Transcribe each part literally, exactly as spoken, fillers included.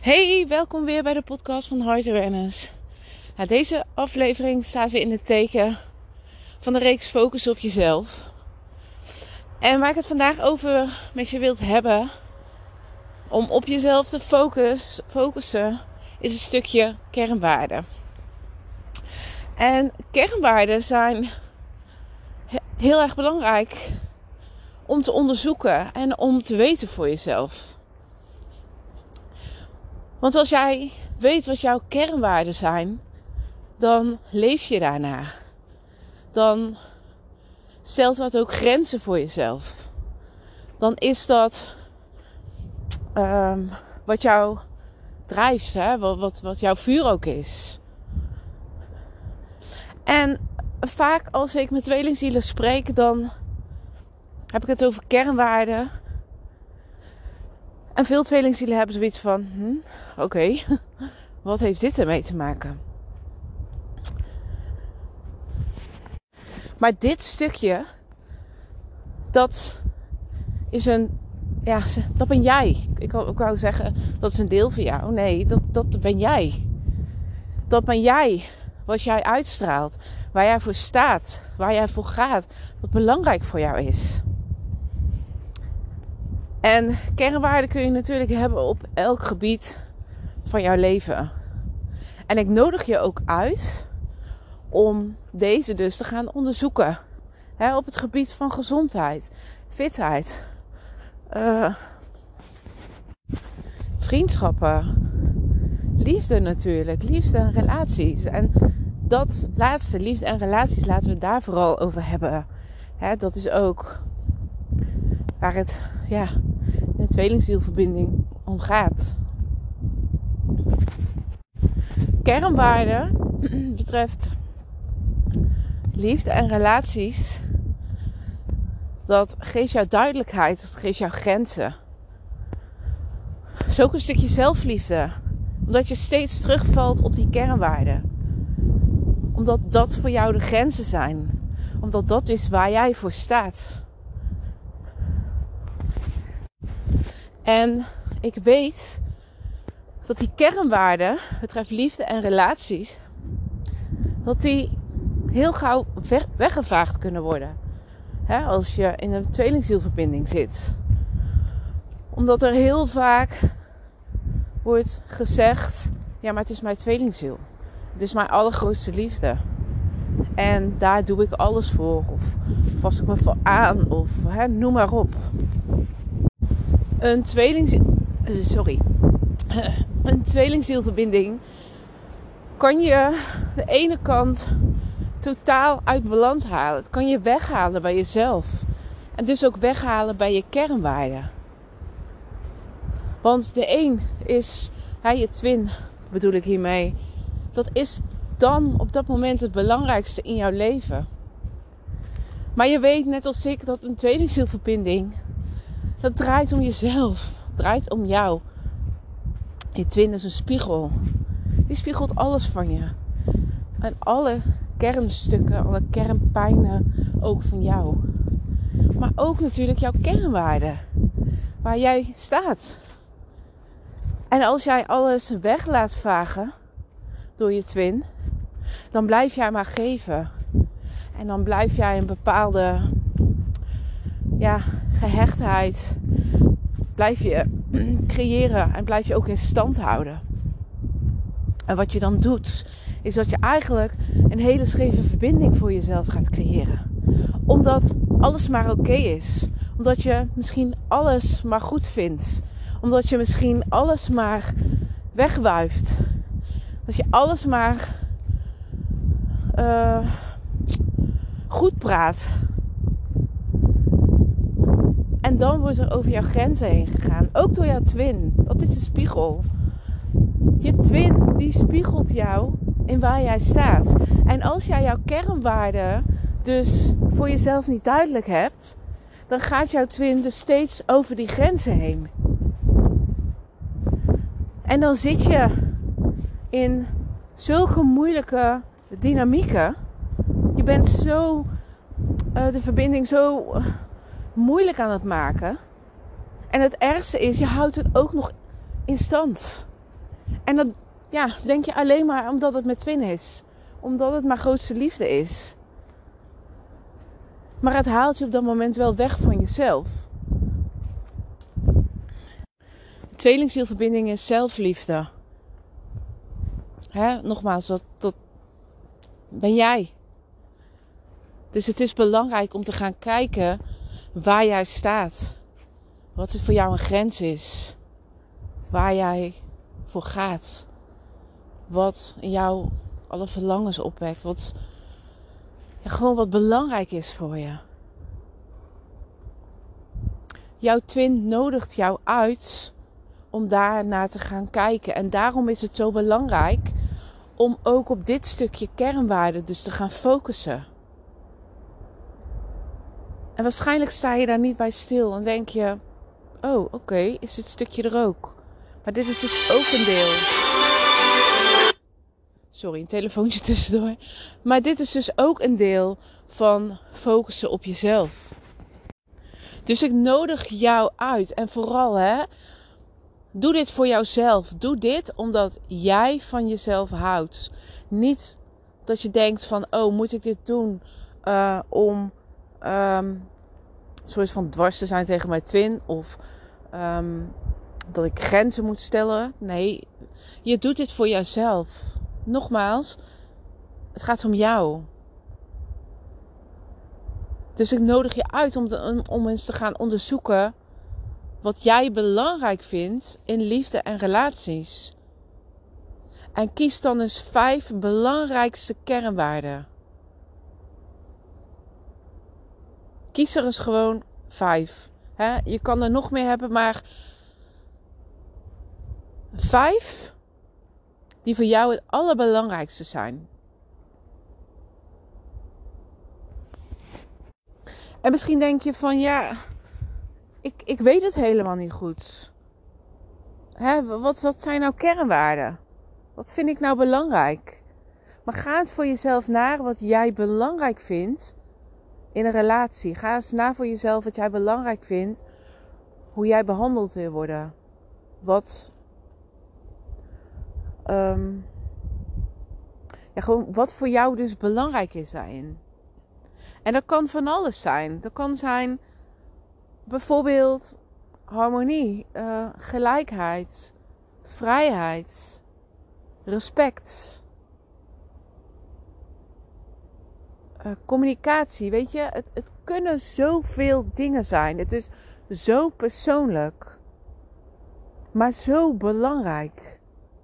Hey, welkom weer bij de podcast van Heart Awareness. Nou, deze aflevering staat weer in het teken van de reeks Focus op jezelf. En waar ik het vandaag over met je wilt hebben, om op jezelf te focus, focussen, is een stukje kernwaarden. En kernwaarden zijn heel erg belangrijk om te onderzoeken en om te weten voor jezelf. Want als jij weet wat jouw kernwaarden zijn, dan leef je daarna. Dan stelt dat ook grenzen voor jezelf. Dan is dat um, wat jou drijft, hè? Wat, wat, wat jouw vuur ook is. En vaak als ik met tweelingzielen spreek, dan heb ik het over kernwaarden. En veel tweelingzielen hebben zoiets van, hm, oké, okay, wat heeft dit ermee te maken? Maar dit stukje, dat is een, ja, dat ben jij. Ik kan ook wel zeggen, dat is een deel van jou. Nee, dat, dat ben jij. Dat ben jij, wat jij uitstraalt, waar jij voor staat, waar jij voor gaat, wat belangrijk voor jou is. En kernwaarden kun je natuurlijk hebben op elk gebied van jouw leven. En ik nodig je ook uit om deze dus te gaan onderzoeken. He, op het gebied van gezondheid, fitheid, uh, vriendschappen, liefde natuurlijk, liefde en relaties. En dat laatste, liefde en relaties, laten we het daar vooral over hebben. He, dat is ook waar het, ja, in de tweelingzielverbinding om gaat. Kernwaarden betreft liefde en relaties, dat geeft jou duidelijkheid, dat geeft jou grenzen. Dat is ook een stukje zelfliefde, omdat je steeds terugvalt op die kernwaarden. Omdat dat voor jou de grenzen zijn, omdat dat is waar jij voor staat. En ik weet dat die kernwaarden betreft liefde en relaties, dat die heel gauw weggevaagd kunnen worden. Hè, als je in een tweelingzielverbinding zit. Omdat er heel vaak wordt gezegd, ja, maar het is mijn tweelingziel. Het is mijn allergrootste liefde. En daar doe ik alles voor. Of pas ik me voor aan. Of hè, noem maar op. Een tweelingziel... Sorry. Een tweelingzielverbinding kan je de ene kant totaal uit balans halen. Het kan je weghalen bij jezelf. En dus ook weghalen bij je kernwaarden. Want de een is, hè, je twin bedoel ik hiermee. Dat is dan op dat moment het belangrijkste in jouw leven. Maar je weet net als ik dat een tweelingzielverbinding, dat draait om jezelf. Het draait om jou. Je twin is een spiegel. Die spiegelt alles van je. En alle kernstukken, alle kernpijnen ook van jou. Maar ook natuurlijk jouw kernwaarden. Waar jij staat. En als jij alles weg laat vagen door je twin, dan blijf jij maar geven. En dan blijf jij een bepaalde, ja, gehechtheid, blijf je creëren en blijf je ook in stand houden. En wat je dan doet, is dat je eigenlijk een hele scheve verbinding voor jezelf gaat creëren. Omdat alles maar oké is. Omdat je misschien alles maar goed vindt. Omdat je misschien alles maar wegwuift. Dat je alles maar uh, goed praat. En dan wordt er over jouw grenzen heen gegaan. Ook door jouw twin. Dat is de spiegel. Je twin die spiegelt jou in waar jij staat. En als jij jouw kernwaarden dus voor jezelf niet duidelijk hebt, dan gaat jouw twin dus steeds over die grenzen heen. En dan zit je in zulke moeilijke dynamieken. Je bent zo uh, de verbinding zo uh, moeilijk aan het maken. En het ergste is, je houdt het ook nog in stand. En dat ja, denk je alleen maar omdat het met Twin is. Omdat het mijn grootste liefde is. Maar het haalt je op dat moment wel weg van jezelf. Tweelingzielverbinding is zelfliefde. Hè? Nogmaals, dat, dat ben jij. Dus het is belangrijk om te gaan kijken waar jij staat. Wat voor jou een grens is. Waar jij voor gaat. Wat in jou alle verlangens opwekt. Wat, ja, gewoon wat belangrijk is voor je. Jouw twin nodigt jou uit om daar naar te gaan kijken. En daarom is het zo belangrijk om ook op dit stukje kernwaarden dus te gaan focussen. En waarschijnlijk sta je daar niet bij stil en denk je, oh oké, okay, is dit stukje er ook. Maar dit is dus ook een deel. Sorry, een telefoontje tussendoor. Maar dit is dus ook een deel van focussen op jezelf. Dus ik nodig jou uit. En vooral, hè, doe dit voor jouzelf. Doe dit omdat jij van jezelf houdt. Niet dat je denkt van, oh, moet ik dit doen uh, om um, soort van dwars te zijn tegen mijn twin. Of um, dat ik grenzen moet stellen. Nee, je doet dit voor jouzelf. Nogmaals, het gaat om jou. Dus ik nodig je uit om, te, om eens te gaan onderzoeken wat jij belangrijk vindt in liefde en relaties. En kies dan eens vijf belangrijkste kernwaarden. Kies er eens gewoon vijf. He? Je kan er nog meer hebben, maar vijf die voor jou het allerbelangrijkste zijn. En misschien denk je van ja, ik, ik weet het helemaal niet goed. Hè, wat, wat zijn nou kernwaarden? Wat vind ik nou belangrijk? Maar ga eens voor jezelf naar wat jij belangrijk vindt in een relatie. Ga eens na voor jezelf wat jij belangrijk vindt. Hoe jij behandeld wil worden. Wat, um, ja, gewoon wat voor jou dus belangrijk is daarin. En dat kan van alles zijn. Dat kan zijn bijvoorbeeld harmonie, uh, gelijkheid, vrijheid, respect, uh, communicatie. Weet je, het, het kunnen zoveel dingen zijn. Het is zo persoonlijk, maar zo belangrijk.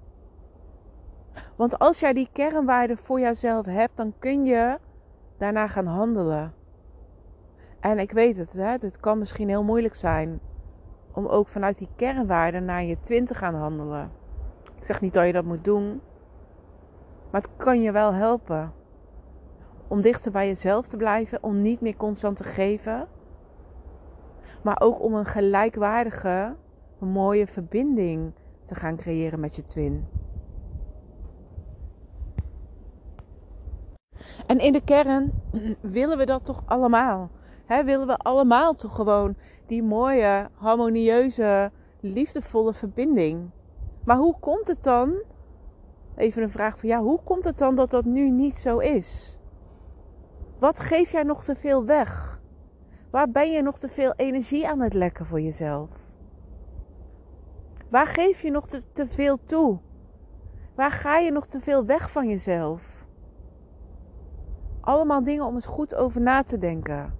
Want als jij die kernwaarden voor jezelf hebt, dan kun je daarna gaan handelen. En ik weet het, hè, dit kan misschien heel moeilijk zijn om ook vanuit die kernwaarden naar je twin te gaan handelen. Ik zeg niet dat je dat moet doen, maar het kan je wel helpen. Om dichter bij jezelf te blijven, om niet meer constant te geven. Maar ook om een gelijkwaardige, mooie verbinding te gaan creëren met je twin. En in de kern willen we dat toch allemaal. He, willen we allemaal toch gewoon die mooie, harmonieuze, liefdevolle verbinding. Maar hoe komt het dan? Even een vraag van ja, hoe komt het dan dat dat nu niet zo is? Wat geef jij nog te veel weg? Waar ben je nog te veel energie aan het lekken voor jezelf? Waar geef je nog te, te veel toe? Waar ga je nog te veel weg van jezelf? Allemaal dingen om eens goed over na te denken.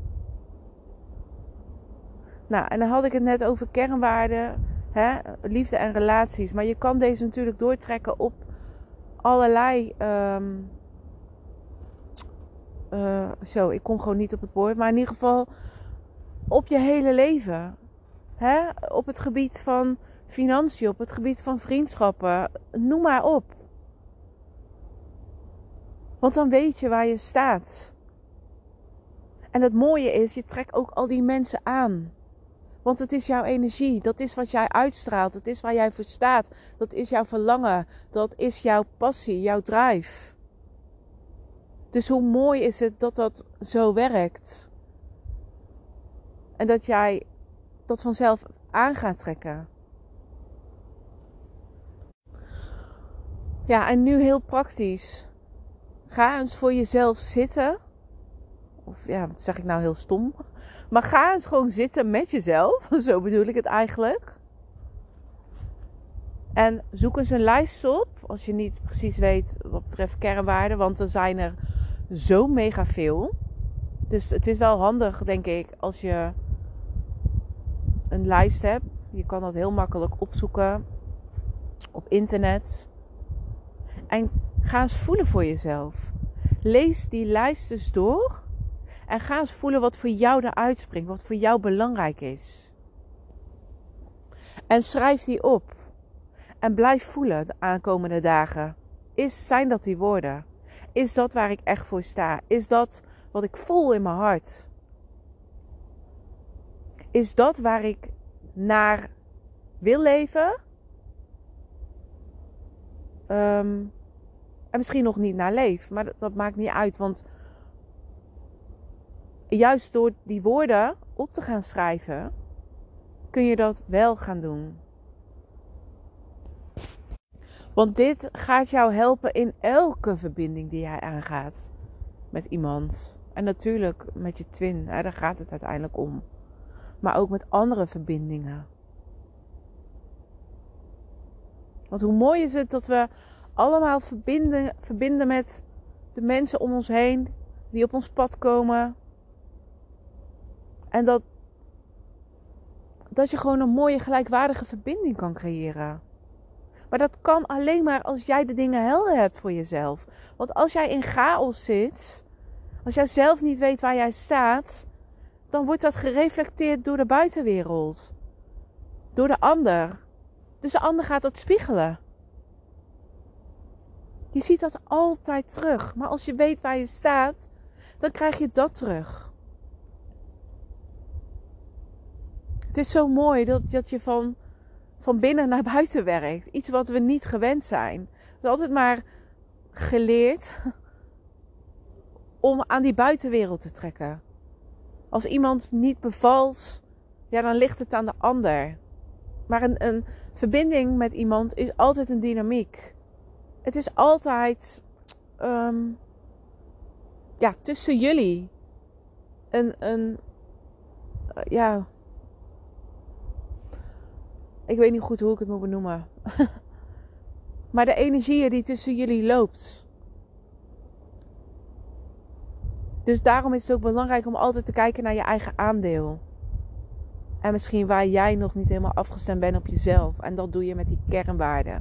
Nou, en dan had ik het net over kernwaarden, hè, liefde en relaties. Maar je kan deze natuurlijk doortrekken op allerlei... Um, uh, zo, ik kom gewoon niet op het woord. Maar in ieder geval op je hele leven. Hè? Op het gebied van financiën, op het gebied van vriendschappen. Noem maar op. Want dan weet je waar je staat. En het mooie is, je trekt ook al die mensen aan. Want het is jouw energie. Dat is wat jij uitstraalt. Dat is waar jij voor staat. Dat is jouw verlangen. Dat is jouw passie, jouw drive. Dus hoe mooi is het dat dat zo werkt. En dat jij dat vanzelf aan gaat trekken. Ja, en nu heel praktisch. Ga eens voor jezelf zitten. Of ja, wat zeg ik nou heel stom. Maar ga eens gewoon zitten met jezelf. Zo bedoel ik het eigenlijk. En zoek eens een lijst op. Als je niet precies weet wat betreft kernwaarden. Want er zijn er zo mega veel. Dus het is wel handig, denk ik, als je een lijst hebt. Je kan dat heel makkelijk opzoeken op internet. En ga eens voelen voor jezelf. Lees die lijst dus door. En ga eens voelen wat voor jou eruit springt. Wat voor jou belangrijk is. En schrijf die op. En blijf voelen de aankomende dagen. Is, zijn dat die woorden? Is dat waar ik echt voor sta? Is dat wat ik voel in mijn hart? Is dat waar ik naar wil leven? Um, en misschien nog niet naar leef. Maar dat, dat maakt niet uit. Want juist door die woorden op te gaan schrijven, kun je dat wel gaan doen. Want dit gaat jou helpen in elke verbinding die jij aangaat met iemand. En natuurlijk met je twin, hè, daar gaat het uiteindelijk om. Maar ook met andere verbindingen. Want hoe mooi is het dat we allemaal verbinden, verbinden met de mensen om ons heen. Die op ons pad komen. En dat, dat je gewoon een mooie gelijkwaardige verbinding kan creëren. Maar dat kan alleen maar als jij de dingen helder hebt voor jezelf. Want als jij in chaos zit, als jij zelf niet weet waar jij staat, dan wordt dat gereflecteerd door de buitenwereld. Door de ander. Dus de ander gaat dat spiegelen. Je ziet dat altijd terug. Maar als je weet waar je staat, dan krijg je dat terug. Het is zo mooi dat, dat je van, van binnen naar buiten werkt. Iets wat we niet gewend zijn. We zijn altijd maar geleerd om aan die buitenwereld te trekken. Als iemand niet bevalt, ja, dan ligt het aan de ander. Maar een, een verbinding met iemand is altijd een dynamiek. Het is altijd um, ja, tussen jullie. Een, een uh, ja... Ik weet niet goed hoe ik het moet benoemen. Maar de energie die tussen jullie loopt. Dus daarom is het ook belangrijk om altijd te kijken naar je eigen aandeel. En misschien waar jij nog niet helemaal afgestemd bent op jezelf. En dat doe je met die kernwaarden.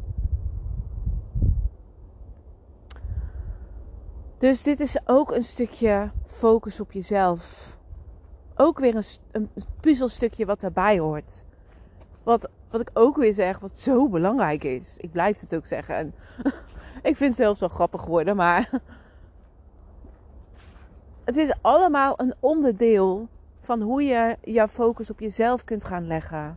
Dus dit is ook een stukje focus op jezelf. Ook weer een, een puzzelstukje wat daarbij hoort. Wat, wat ik ook weer zeg, wat zo belangrijk is. Ik blijf het ook zeggen. En ik vind het zelfs wel grappig worden, maar het is allemaal een onderdeel van hoe je jouw focus op jezelf kunt gaan leggen.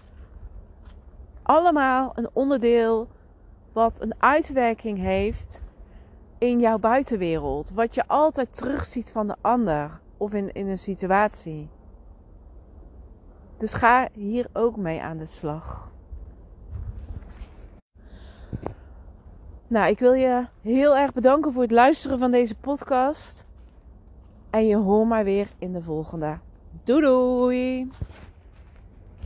Allemaal een onderdeel wat een uitwerking heeft in jouw buitenwereld. Wat je altijd terugziet van de ander of in, in een situatie. Dus ga hier ook mee aan de slag. Nou, ik wil je heel erg bedanken voor het luisteren van deze podcast. En je hoort mij weer in de volgende. Doei doei!